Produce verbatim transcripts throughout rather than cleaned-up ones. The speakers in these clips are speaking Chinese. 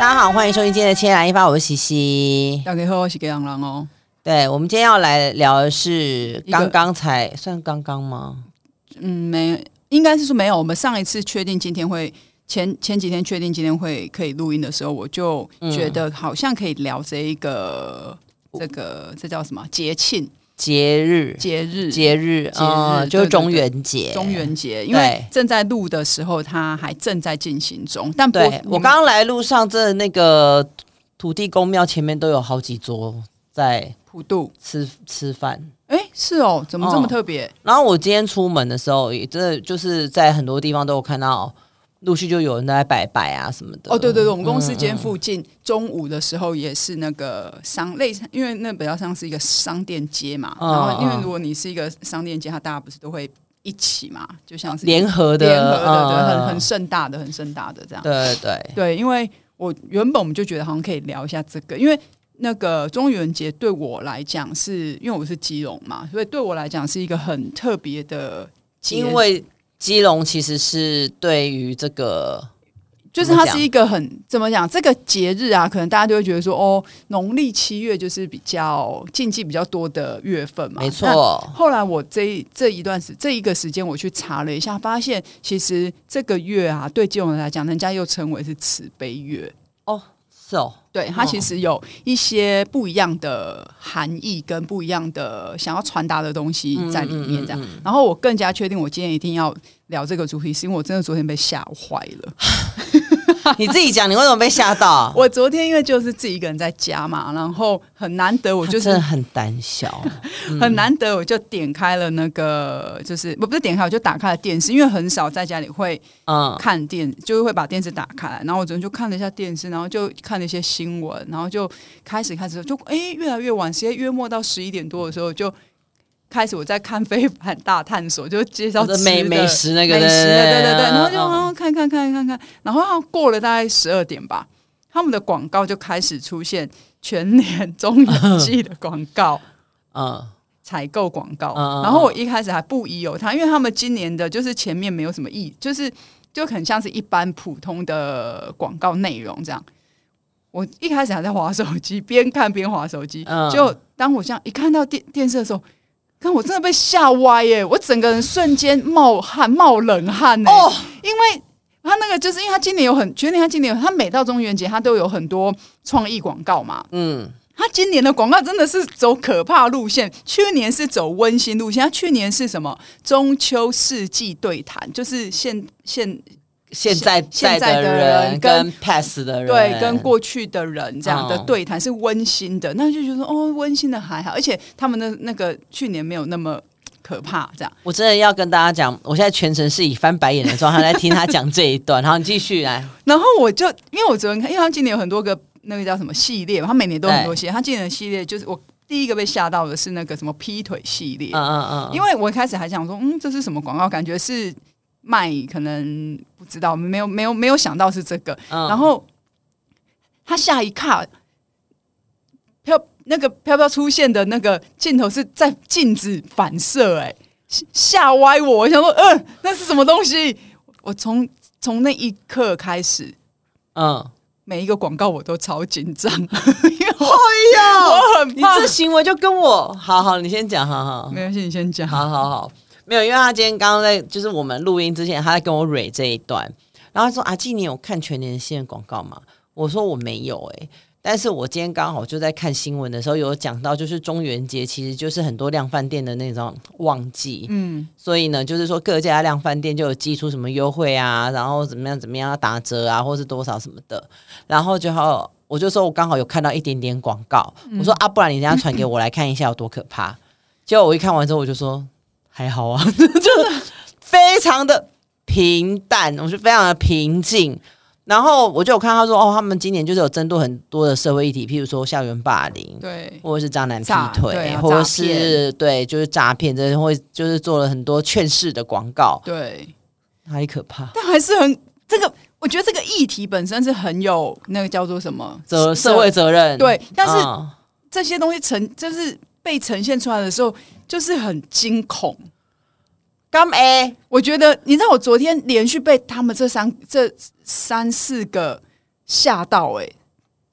大家好，欢迎收听今天的千来一发，我是西西。 大家好，我是给洋郎哦。 对，我们今天要来聊的是刚刚才算刚刚吗？ 嗯，没，应该是说没有。我们上一次确定今天会前前几天确定今天会可以录音的时候，我就觉得好像可以聊这一个、嗯、这个这叫什么节庆？ 节日， 节日， 节日，节日，嗯，就是中元节。 中元节，因为正在录的时候，它还正在进行中。但对我刚刚来路上，真的那个土地公庙前面都有好几桌在普渡吃吃饭。 哎，是哦，怎么这么特别、嗯？ 然后我今天出门的时候，也真的就是在很多地方都有看到。陆续就有人在摆摆啊什么的。 哦，对对对，我们公司间附近、嗯、中午的时候也是那个商类似，因为那比较像是一个商店街嘛。嗯、然后因为如果你是一个商店街，它大家不是都会一起嘛，就像是联合的、 联合的， 嗯、 对，很很盛大的、很盛大的这样。 对对对对，因为我原本我们就觉得好像可以聊一下这个，因为那个中元节对我来讲是，因为我是基隆嘛，所以对我来讲是一个很特别的节， 因为。基隆其实是对于这个， 就是它是一个很怎么讲，这个节日啊，可能大家都会觉得说，哦，农历七月就是比较禁忌比较多的月份嘛。 没错。 后来我这这一段时这一个时间，我去查了一下，发现其实这个月啊，对基隆人来讲，人家又称为是慈悲月。 哦。是哦， 对，它其实有一些不一样的含义跟不一样的想要传达的东西在里面，这样、嗯嗯嗯嗯。然后我更加确定，我今天一定要聊这个主题，是因为我真的昨天被吓坏了。 你自己讲，你为什么被吓到？ 我昨天因为就是自己一个人在家嘛，然后很难得，我就是真的很胆小， 嗯、很难得，我就点开了那个，就是我不是点开，我就打开了电视，因为很少在家里会看电，嗯、就是会把电视打开来。然后我昨天就看了一下电视，然后就看了一些新闻，然后就开始开始就哎越来越晚，时间约莫到十一点多的时候就。开始我在看《非凡大探索》，就介绍吃的美美食那个美食的，对对对，然后就哦看看看看看，然后过了大概十二点吧，他们的广告就开始出现全年中元季的广告，嗯，采购广告，嗯，然后我一开始还不疑有他，因为他们今年的就是前面没有什么意，就是就很像是一般普通的广告内容这样。我一开始还在滑手机，边看边滑手机，嗯，就当我这样一看到电电视的时候。看我真的被吓歪耶！我整个人瞬间冒汗、冒冷汗耶！哦，因为他那个就是因为他今年有很，全年他今年有他每到中元节他都有很多创意广告嘛。嗯，他今年的广告真的是走可怕路线，去年是走温馨路线，他去年是什么中秋世纪对谈，就是现现。 现在在的人跟 past 的人， 对，跟过去的人这样的对谈是温馨的，嗯、那就觉得哦，温馨的还好，而且他们的那个去年没有那么可怕，这样。 我真的要跟大家讲，我现在全程是以翻白眼的状态来听他讲这一段，然后你继续来。 然后我就因为我昨天看，因为他今年有很多个那个叫什么系列，他每年都有很多系列，他今年的系列就是我。第一个被吓到的是那个什么劈腿系列，嗯嗯嗯，因为我一开始还想说，嗯，这是什么广告？感觉是卖，可能不知道，没有没有没有想到是这个。嗯、然后他下一卡飘那个飘飘出现的那个镜头是在镜子反射、欸，哎，吓歪我！我想说，嗯、呃，那是什么东西？我从从那一刻开始，嗯。每一个广告我都超紧张，因为我、哎、我很怕。 你这行为就跟我好好，你先讲，好好， 没关系，你先讲， 好好好，没有，因为他今天刚刚在就是我们录音之前，他在跟我蕊这一段，然后他说：“阿纪，你有看全年新的广告吗？”我说：“我没有、欸，哎。”但是我今天刚好就在看新闻的时候，有讲到，就是中元节其实就是很多量贩店的那种旺季，嗯，所以呢，就是说各家量贩店就有寄出什么优惠啊，然后怎么样怎么样打折啊，或是多少什么的，然后就好，我就说我刚好有看到一点点广告，嗯、我说啊，不然你等一下传给我来看一下有多可怕。结果我一看完之后，我就说还好啊，就是非常的平淡，我是非常的平静。然后我就有看他说哦，他们今年就是有针对很多的社会议题，譬如说校园霸凌， 对， 或者是渣男劈腿， 啊、 或者是对，就是诈骗，这会就是做了很多劝世的广告， 对， 太可怕， 但还是很这个，我觉得这个议题本身是很有那个叫做什么责社会责任， 对，但是、嗯、这些东西呈就是被呈现出来的时候，就是很惊恐。 干 A， 我觉得你知道，我昨天连续被他们这三这三四个吓到、欸，哎，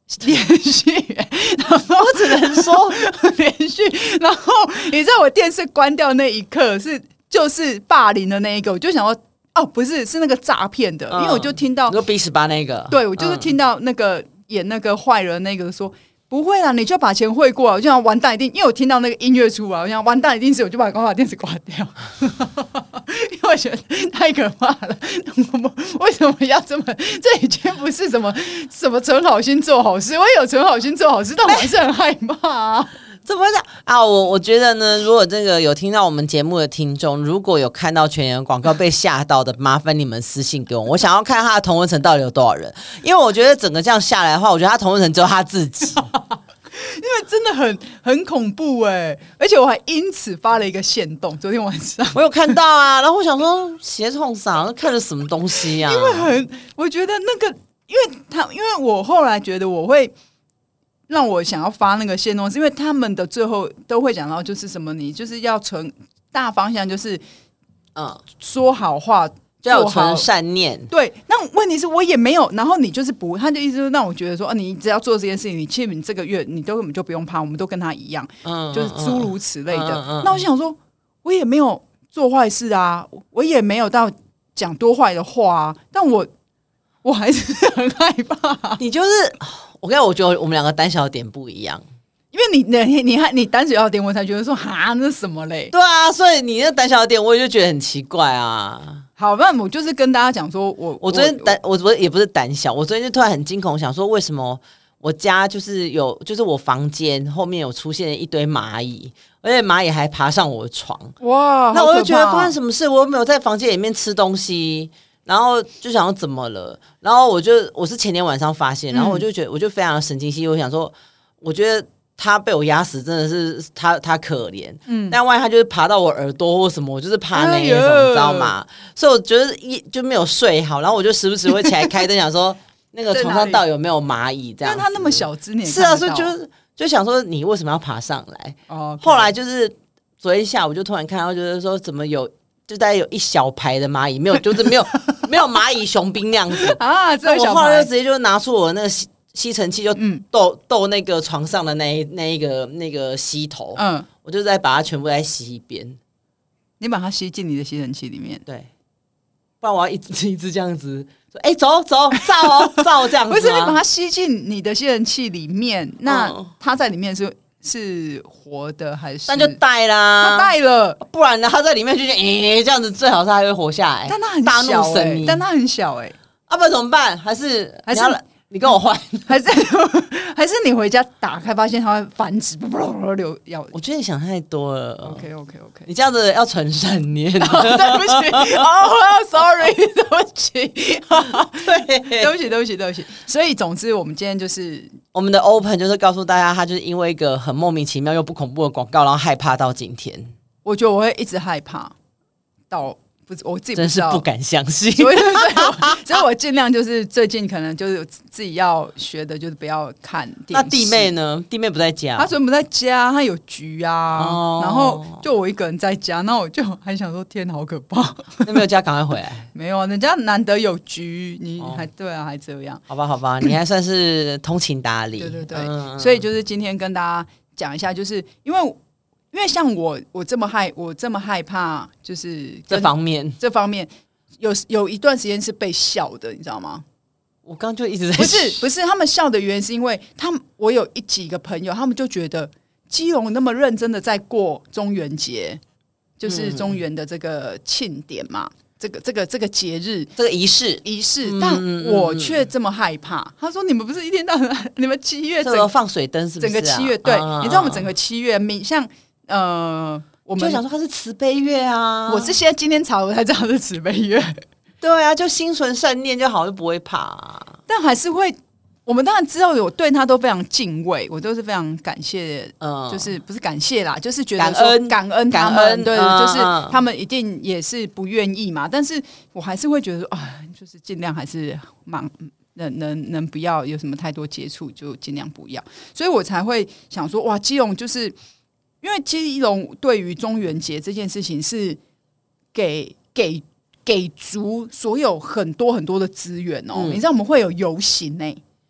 连续，然后我只能说连续，然后你知道我电视关掉那一刻是就是霸凌的那一个，我就想说哦，不是，是那个诈骗的，嗯、因为我就听到你说 B 十八那个， 对我就是听到那个、嗯、演那个坏人那个说。不会啦，你就把钱汇过来，我就想完蛋一定，因为我听到那个音乐出来，我想完蛋一定是，我就把刚把电视关掉，因为我觉得太可怕了。我们为什么要这么？这已经不是什么什么存好心做好事，我也有存好心做好事，但我还是很害怕、啊。 怎么讲啊？我我觉得呢，如果这个有听到我们节目的听众，如果有看到全联广告被吓到的，麻烦你们私信给我，我想要看他的同温层到底有多少人，因为我觉得整个这样下来的话，我觉得他同温层只有他自己。 因为真的很很恐怖哎、欸，而且我还因此发了一个限动，昨天晚上我有看到啊，然后我想说斜冲啥，看了什么东西啊？ 因为很，我觉得那个，因为他，因为我后来觉得我会让我想要发那个限动，是因为他们的最后都会讲到，就是什么，你就是要存大方向，就是嗯，说好话。 就要存善念， 对。那问题是我也没有，然后你就是不，他就意思是让我觉得说，啊，你只要做这件事情，你其实你这个月你都根本就不用怕，我们都跟他一样，嗯，就是诸如此类的。嗯嗯嗯、那我想说，我也没有做坏事啊，我也没有到讲多坏的话啊，但我我还是很害怕。 你就是我跟我觉得我们两个胆小的点不一样。 因为你你你你胆小的点，我才觉得说哈，那什么嘞？ 对啊，所以你那胆小的点，我也就觉得很奇怪啊。 好，那我就是跟大家讲说，我我昨天胆，我昨天也不是胆小，我昨天就突然很惊恐，想说为什么我家就是有，就是我房间后面有出现一堆蚂蚁，而且蚂蚁还爬上我的床， 哇！ 那我就觉得发生什么事，我又没有在房间里面吃东西，然后就想说怎么了，然后我就我是前天晚上发现，然后我就觉得、嗯、我就非常神经兮，我想说，我觉得。他被我压死，真的是他他可怜，嗯，但万一他就是爬到我耳朵或什么，我就是怕那一种，哎、你知道吗？所以我觉得一就没有睡好，然后我就时不时会起来开灯，想说那个床上到底有没有蚂蚁这样。 但他那么小只，你也是啊，所以就就想说你为什么要爬上来？哦， okay. 后来就是昨天下午就突然看到，就是说怎么有就大概有一小排的蚂蚁，没有就是没有没有蚂蚁雄兵那样子啊。这我后来就直接就拿出我那个。吸尘器就逗逗、嗯、那个床上的那一那一个那个吸头，嗯，我就再把它全部再吸一遍。 你把它吸进你的吸尘器里面， 对，不然我要一直一直这样子说，哎、欸，走走照哦照这样子。 不是你把它吸进你的吸尘器里面，那它在里面是是活的还是？ 那就带啦， 它带了， 不然呢？它在里面就是哎、欸、这样子，最好是还会活下来。 但它很小、欸，大怒神但它很小哎、欸， 啊，不然怎么办？还是还是。你跟我换， 还是还是你回家打开发现它会繁殖，流要。 我觉得你想太多了。 OK OK OK， 你这样子要存善念。 对不起，哦、oh, ，Sorry， 对不起，对，对不起，对不起，对不起。所以总之，我们今天就是我们的 Open， 就是告诉大家，他就是因为一个很莫名其妙又不恐怖的广告，然后害怕到今天。 我觉得我会一直害怕到。不是我自己不知道， 真是不敢相信。 所以，所以我尽量就是最近可能就是自己要学的，就是不要看电视。 那弟妹呢？弟妹不在家， 她昨天不在家，她有局啊。哦、然后就我一个人在家，那我就还想说，天，好可怕！ 那没有家，赶快回来。 没有，人家难得有局，你还、哦、对啊，还这样。 好吧，好吧，你还算是通情达理。 对对对，嗯、所以就是今天跟大家讲一下，就是因为。因为像我，我这么害，我这么害怕，就是这方面， 这方面有有一段时间是被笑的，你知道吗？ 我刚就一直在不是不是，他们笑的原因是因为他们，我有一几个朋友，他们就觉得基隆那么认真的在过中元节，就是中元的这个庆典嘛，嗯、这个这个这个节日， 这个仪式仪式，嗯、但我却这么害怕。他说：“你们不是一天到晚，你们七月整个放水灯是不是、啊？ 整个七月，对，啊、你知道我们整个七月，像。”呃，我们就想说它是慈悲月啊！ 我是现在今天查我才知道是慈悲月。 对啊，就心存善念就好，就不会怕、啊。 但还是会，我们当然知道，我对他都非常敬畏，我都是非常感谢，嗯，就是不是感谢啦，就是觉得说感恩感恩他们， 感恩对， 嗯、 就是他们一定也是不愿意嘛，但是我还是会觉得说，啊，就是尽量还是忙。能能能不要有什么太多接触，就尽量不要，所以我才会想说，哇，基隆就是。因为基隆对于中元节这件事情是给给给足所有很多很多的资源哦，嗯、你知道我们会有游行呢、欸，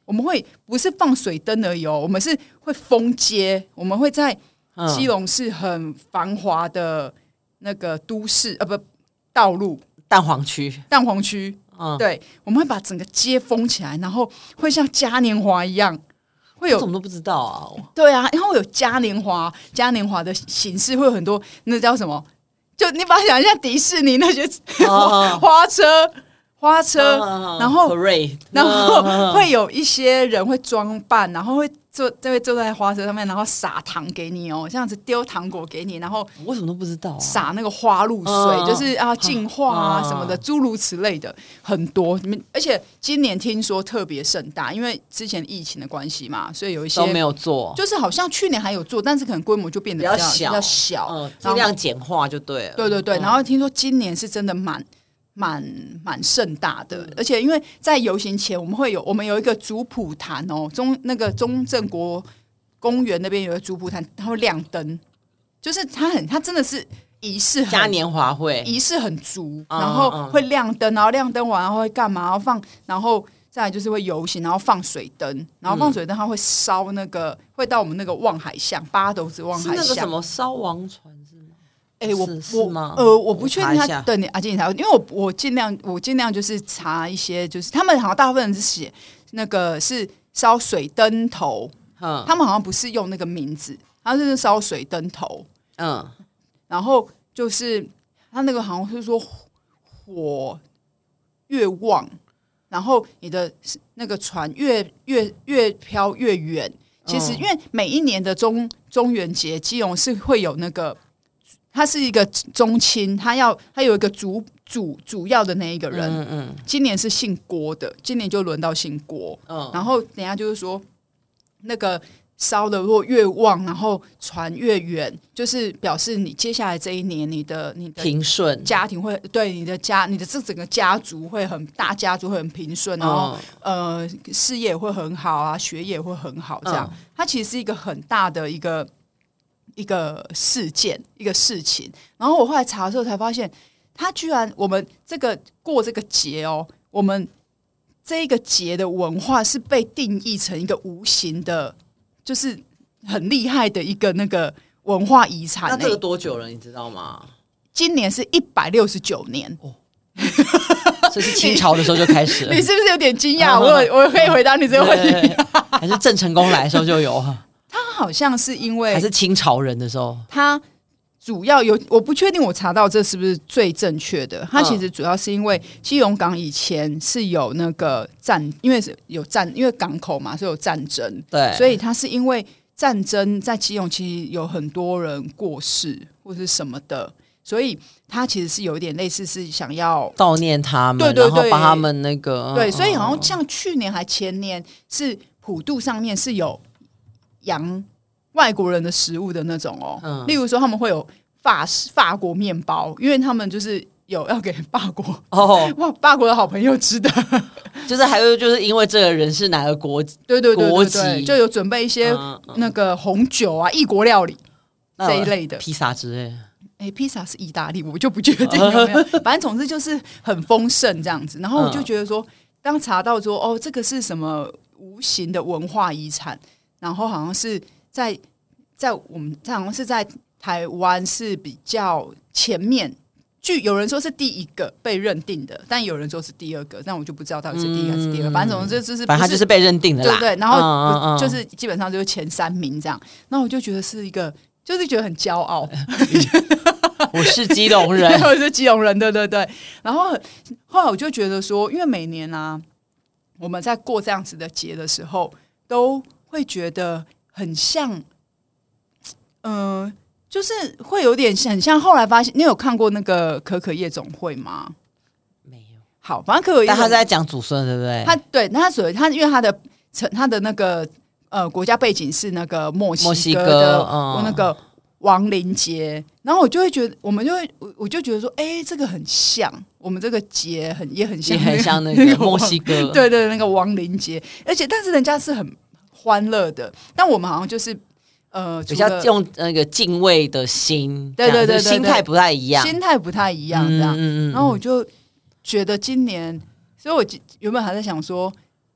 我们会不是放水灯而已哦，我们是会封街，我们会在基隆市很繁华的那个都市呃不道路蛋黄区蛋黄区，嗯，对，我们会把整个街封起来，然后会像嘉年华一样。会有我怎么都不知道啊？ 对啊，然后有嘉年华，嘉年华的形式会有很多，那叫什么？就你把它想像迪士尼那些花车。花车，然后，然后会有一些人会装扮，然后会坐，就会坐在花车上面，然后撒糖给你哦，这样子丢糖果给你，然后我什么都不知道、啊， 撒那个花露水，嗯、就是啊净化啊什么的，诸如此类的很多。而且今年听说特别盛大，因为之前疫情的关系嘛，所以有一些都没有做， 就是好像去年还有做，但是可能规模就变得比较小，比较小， 嗯，尽量简化就对了。 对对对， 嗯、 然后听说今年是真的蛮。蛮蛮盛大的，而且因为在游行前，我们会有我们有一个主普坛哦，中那个中正国公园那边有一个主普坛，它会亮灯，就是它很它真的是仪式很， 嘉年华会仪式很足，然后会亮灯，然后亮灯完然后会干嘛？然后放，然后再来就是会游行，然后放水灯，然后放水灯，它会烧那个，嗯、会到我们那个望海巷八斗子望海巷， 是那个什么烧王船。 哎、欸，我我呃，我不确定他对你阿金你查，因为我我尽量我尽量就是查一些，就是他们好像大部分人是写那个是烧水灯头，嗯，他们好像不是用那个名字，他是烧水灯头，嗯，然后就是他那个好像是说火越旺，然后你的那个船越越越飘越远。其实因为每一年的中中元节，基隆是会有那个。他是一个宗亲，他要他有一个主主主要的那一个人，嗯嗯，今年是姓郭的，今年就轮到姓郭，嗯，然后等一下就是说那个烧的如果越旺，然后传越远，就是表示你接下来这一年你的你的平顺， 家庭会对你的家你的这整个家族会很大，家族会很平顺，然后、嗯、呃事业会很好啊，学业会很好，这样，嗯、它其实是一个很大的一个。一个事件，一个事情，然后我后来查的时候才发现，他居然我们这个过这个节哦，我们这一个节的文化是被定义成一个无形的，就是很厉害的一个那个文化遗产、欸。 那这个多久了？你知道吗？ 今年是一百六十九年哦， 这是清朝的时候就开始了。 你是不是有点惊讶？我我可以回答你这个问题， 对对对还是郑成功来的时候就有？ 他好像是因为还是清朝人的时候， 他主要有我不确定，我查到这是不是最正确的？他其实主要是因为基隆港以前是有那个战，因为有战，因为港口嘛，所以有战争， 对， 所以他是因为战争在基隆其实有很多人过世或是什么的，所以他其实是有一点类似是想要悼念他们， 对对对， 然后帮他们那个对，所以好像像去年还前年是普渡上面是有。洋外国人的食物的那种哦，嗯、例如说他们会有法法国面包，因为他们就是有要给法国哦，哇，法国的好朋友吃的， 就是还有就是因为这个人是哪个国对对对对国籍， 就有准备一些那个红酒啊、异国料理这一类的披萨之类。 哎，披萨是意大利，我就不确定有没有，反正总之就是很丰盛这样子。然后我就觉得说，当查到说哦，这个是什么无形的文化遗产。然后好像是在在我们好像是在台湾是比较前面，据有人说是第一个被认定的，但有人说是第二个，但我就不知道到底是第一个还是第二个。嗯、反正总之就是， 反正他就是被认定的啦， 对不对？然后、嗯嗯、就是基本上就是前三名这样。那我就觉得是一个，就是觉得很骄傲。 我是基隆人， 我是基隆人，对对对。然后后来我就觉得说，因为每年啊，我们在过这样子的节的时候，都会觉得很像，嗯、呃，就是会有点很像。后来发现，你有看过那个可可夜总会吗？ 没有。 好，反正可可夜总会， 但他在讲祖孙，对不对？ 他对，他所以他因为他的他的那个呃国家背景是那个墨西哥的哥、嗯、那个亡灵节，然后我就会觉得，我们就会我就觉得说，哎、欸，这个很像我们这个节，很也很像、那個， 也很像那个墨西哥， 对对，那个亡灵节，而且但是人家是很欢乐的，但我们好像就是呃比较用那个敬畏的心， 对对 对, 对, 对， 心态不太一样， 心态不太一样这样。嗯嗯嗯，然后我就觉得今年，所以我原本还在想说，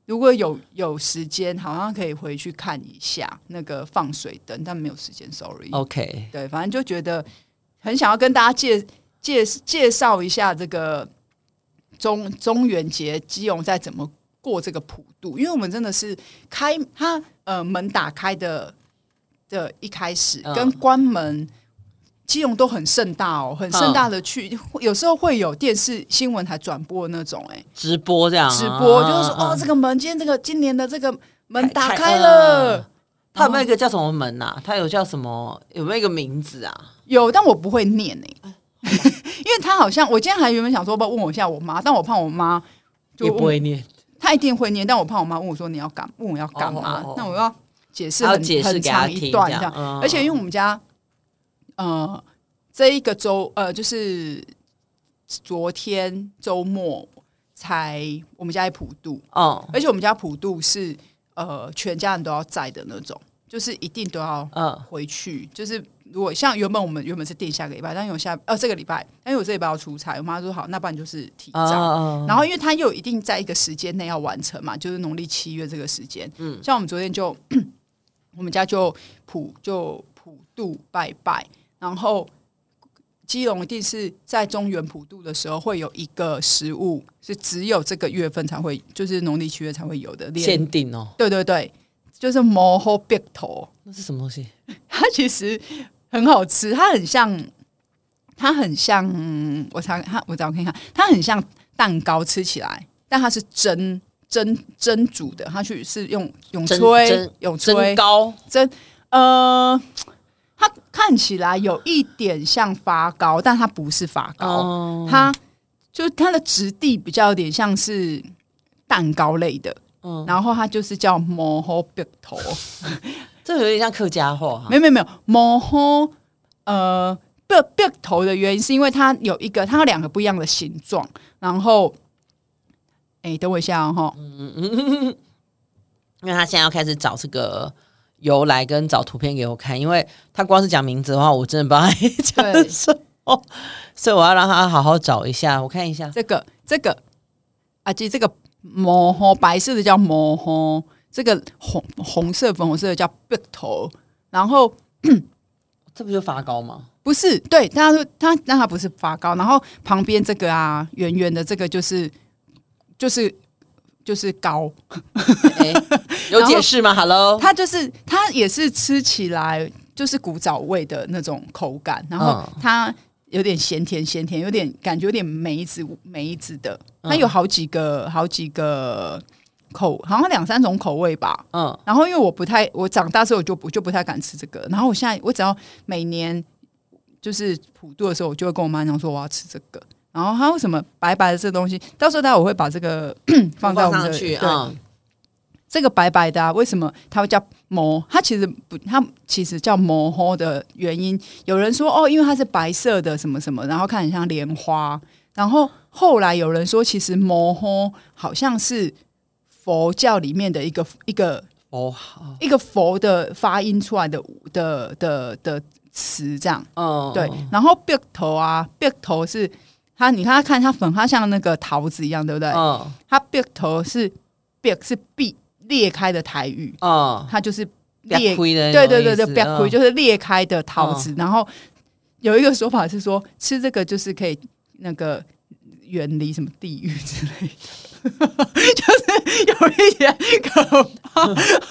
如果有有时间，好像可以回去看一下那个放水灯，但没有时间 ，sorry。 OK， 对，反正就觉得很想要跟大家介介介绍一下这个中中元节基隆在怎么过这个普渡，因为我们真的是开它呃门打开的的一开始、嗯、跟关门。基隆都很盛大哦，很盛大的去、嗯，有时候会有电视新闻台转播的那种、欸，哎， 直播这样、啊， 直播就是说、嗯、哦，这个门今天这个今年的这个门打开了，嗯、 它有没有一个叫什么门啊？它有叫什么？有没有一个名字啊？ 有，但我不会念哎、欸，因为他好像我今天还原本想说，不问我一下我妈，但我怕我妈也不会念， 她一定会念，但我怕我妈问我说你要干，问我要干嘛？哦哦哦那我要解释很解释很长一段这样， 嗯、 而且因为我们家。呃，这一个周呃，就是昨天周末才我们家在普渡哦，而且我们家普渡是呃全家人都要在的那种，就是一定都要回去。嗯、就是如果像原本我们原本是定下个礼拜，但有下呃这个礼拜，但因为我这礼拜要出差，我妈说好，那不然就是提早。哦、然后因为他又一定在一个时间内要完成嘛，就是农历七月这个时间。嗯，像我们昨天就我们家就普就普渡拜拜。然后基隆一定是在中元普渡的时候会有一个食物是只有这个月份才会，就是农历七月才会有的限定哦。 对对对，就是毛后白头。 那是什么东西？ 它其实很好吃，它很像，它很像，嗯、我查它，我找看看，它很像蛋糕，吃起来，但它是蒸蒸蒸煮的，它去是用用吹用吹蒸糕蒸呃。它看起来有一点像发糕，但它不是发糕，哦、它就它的质地比较有点像是蛋糕类的，嗯、然后它就是叫毛后白头， 这有点像客家话。 没有没有没有，毛后呃白白头的原因是因为它有一个，它有两个不一样的形状，然后，哎，等我一下哦，嗯嗯嗯， 因为他现在要开始找这个。由来跟找图片给我看，因为他光是讲名字的话，我真的不知道他讲什么，所以我要让他好好找一下。我看一下这个这个啊，其实这个毛红白色的叫毛红，这个红红色粉红色的叫白头，然后这不就发糕吗？ 不是，对，他说他那他不是发糕，然后旁边这个啊圆圆的这个就是就是。就是糕、 欸，有解释吗 ？Hello， 它就是它也是吃起来就是古早味的那种口感，然后它有点咸甜咸甜，有点感觉有点梅子梅子的，它有好几个好几个口，好像两三种口味吧。嗯，然后因为我不太，我长大之后我就我就不太敢吃这个，然后我现在我只要每年就是普渡的时候，我就会跟我妈讲说我要吃这个。然后它为什么白白的这个东西？到时候待会我会把这个放在我们的去对、嗯、这个白白的、啊，为什么它会叫毛？它其实不，它其实叫毛吼的原因，有人说哦，因为它是白色的什么什么，然后看很像莲花。然后后来有人说，其实毛吼好像是佛教里面的一个一个哦一个佛的发音出来的的的的词，这样。嗯，对。然后白头啊，白头是。它你看它看它粉，它像那个桃子一样，对不对？嗯，它白头是白是闭裂开的台语，嗯，它就是裂开的， 对对对对，白开就是裂开的桃子。嗯、然后有一个说法是说，吃这个就是可以那个远离什么地狱之类的，就是有一点可怕。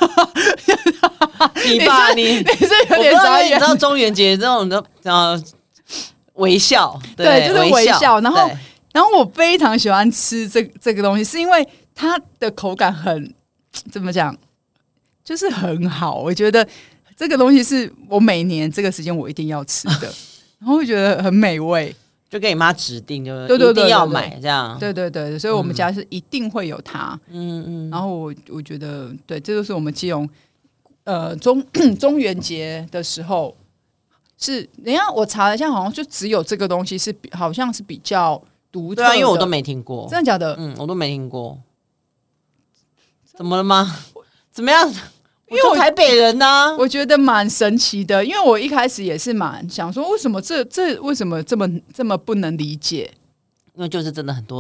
你爸你你是有点傻眼， 你知道中元节这种的呃。微笑 对, 对，就是微笑。然后，然后我非常喜欢吃这这个东西，是因为它的口感很怎么讲，就是很好。我觉得这个东西是我每年这个时间我一定要吃的，然后会觉得很美味。 就跟你妈指定，就是一定要买这样。 对对对，所以我们家是一定会有它。嗯嗯。然后我我觉得，对，这就是我们基隆呃中中元节的时候。是，人家我查了一下，好像就只有这个东西是，好像是比较独特的。 对啊，因为我都没听过， 真的假的？ 嗯，我都没听过。怎么了吗？怎么样？因为我台北人呢、啊， 我觉得蛮神奇的。因为我一开始也是蛮想说，为什么这这为什么这么这么不能理解？ 因为就是真的很多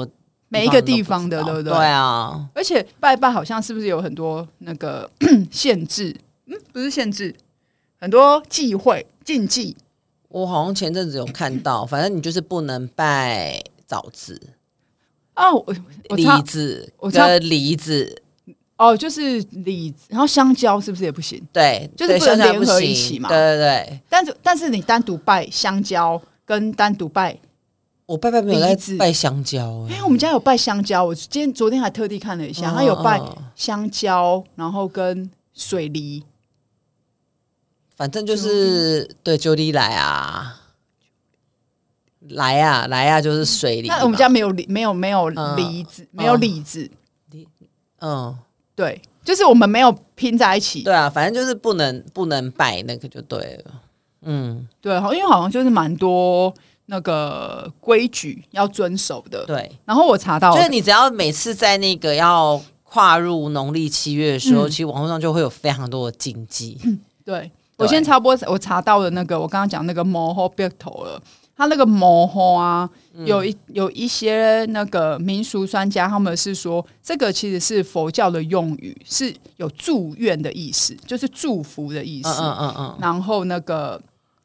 每一个地方的，对不对？ 对啊， 而且拜拜好像是不是有很多那个限制？嗯，不是限制，很多忌讳禁忌。 我好像前阵子有看到，反正你就是不能拜枣子哦，我我梨子跟梨子。 哦，就是李子，然后香蕉是不是也不行？ 对， 就是不能联合一起嘛。 对对对。 但是但是你单独拜香蕉跟单独拜， 我拜拜没有在拜香蕉、欸， 因为我们家有拜香蕉。我今天昨天还特地看了一下，他、嗯、有拜香蕉，然后跟水梨， 反正就是对九梨来啊。来啊来啊，就是水梨。 那我们家没有梨，没有没有梨子，嗯、没有李子。 嗯， 对，就是我们没有拼在一起。 对啊，反正就是不能不能拜那个就对了。嗯， 对，因为好像就是蛮多那个规矩要遵守的。 对， 然后我查到， 就是你只要每次在那个要跨入农历七月的时候，嗯、其实网络上就会有非常多的禁忌。 嗯、对，我先插播，我查到的那个，我刚刚讲那个摩诃别头了。他那个摩诃啊，有一有一些那个民俗专家，他们是说这个其实是佛教的用语，是有祝愿的意思，就是祝福的意思。嗯嗯嗯。然后那个，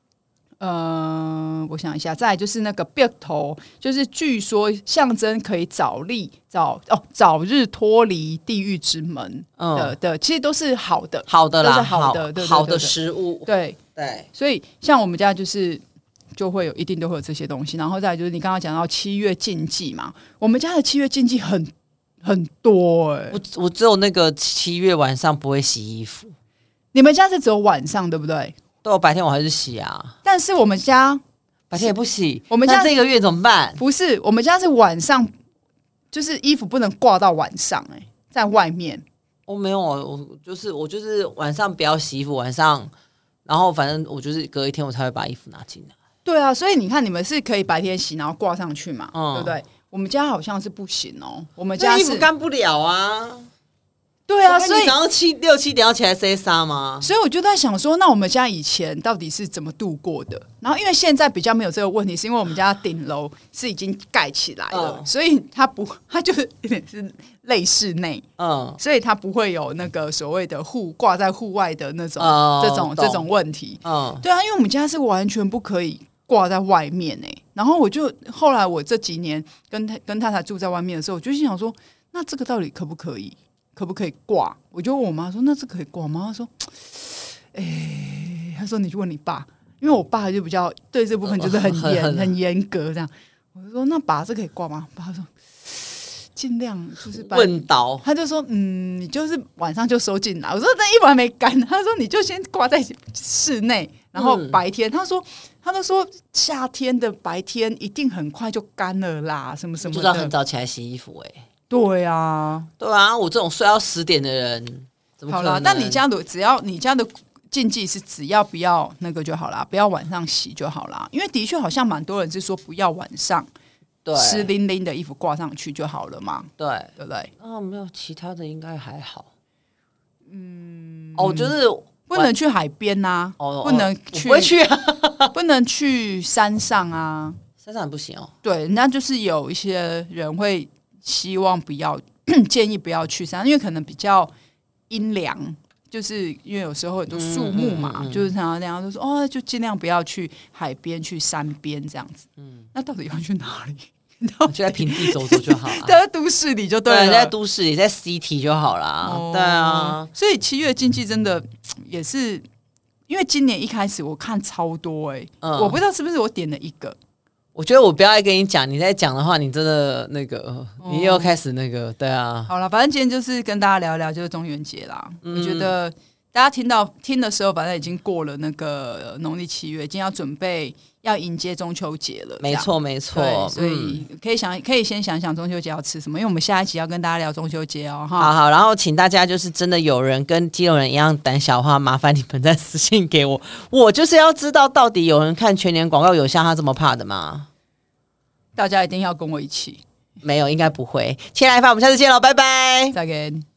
呃，我想一下，再来就是那个别头，就是据说象征可以早立早哦早日脱离地狱之门的、嗯、的，其实都是好的， 好的啦， 都是好的，好对对对对好的食物。 对对， 所以像我们家就是。就会有一定都会有这些东西，然后再来就是你刚刚讲到七月禁忌嘛，我们家的七月禁忌很很多哎、欸， 我我只有那个七月晚上不会洗衣服， 你们家是只有晚上对不对？ 对，我白天我还是洗啊， 但是我们家白天也不洗， 我们家这个月怎么办？ 不是，我们家是晚上，就是衣服不能挂到晚上哎、欸，在外面。 我没有，我就是我就是晚上不要洗衣服，晚上，然后反正我就是隔一天我才会把衣服拿进来。 对啊，所以你看，你们是可以白天洗，然后挂上去嘛，嗯、对不对？我们家好像是不行哦，我们家是衣服干不了啊。 对啊，所以你早上七六七点要起来塞沙吗？ 所以我就在想说，那我们家以前到底是怎么度过的？然后因为现在比较没有这个问题，是因为我们家顶楼是已经盖起来了，嗯、所以它不，它就是有点是类室内，嗯，所以它不会有那个所谓的户挂在户外的那种、哦、这种这种问题。嗯，对啊，因为我们家是完全不可以挂在外面哎、欸。然后我就后来我这几年跟跟太太住在外面的时候，我就心想说，那这个到底可不可以？可不可以挂？我就问我妈说：“那这可以挂吗？”她说：“哎、欸，她说你去问你爸，因为我爸就比较对这部分就是很严、呃、很严格这样。”我就说：“那爸，这可以挂吗？”爸说：“尽量就是问到。” 他就说：“嗯，你就是晚上就收进来。”我说：“那衣服还没干。”他说：“你就先挂在室内，然后白天。嗯”他说：“他都说夏天的白天一定很快就干了啦，什么什么的， 就是要很早起来洗衣服哎、欸。” 对啊， 对啊，我这种睡到十点的人，怎么可能？ 好啦，但你家的只要你家的禁忌是只要不要那个就好啦，不要晚上洗就好啦。因为的确好像蛮多人是说不要晚上湿淋淋的衣服挂上去就好了嘛， 对对不对？ 哦，没有其他的应该还好。嗯，哦，就是不能去海边呐、啊哦，不能去， 不会去、啊， 不能去山上啊， 山上也不行哦。 对，那就是有一些人会。希望不要建议不要去山，因为可能比较阴凉，就是因为有时候很多树木嘛，嗯嗯嗯、就是常常那样就说哦，就尽量不要去海边、去山边这样子。嗯，那到底要去哪里？ 就在平地走走就好了。 在都市里就对了， 对，在都市里，在 city 就好啦。哦、对啊， 所以七月禁忌真的也是，因为今年一开始我看超多哎、欸嗯，我不知道是不是我点了一个。 我觉得我不要再跟你讲，你再讲的话，你真的那个，哦、你又开始那个，对啊。 好了，反正今天就是跟大家聊一聊，就是中元节啦。嗯、我觉得大家听到听的时候，反正已经过了那个农历七月，已经要准备要迎接中秋节了。 没错，没错。 所以可以想，可以先想想中秋节要吃什么，因为我们下一集要跟大家聊中秋节哦。 好好，然后请大家就是真的有人跟基隆人一样胆小的话，麻烦你们再私信给我，我就是要知道到底有人看全年广告有像他这么怕的吗？ 大家一定要跟我一起， 没有应该不会。亲爱的，我们下次见了，拜拜， 再见。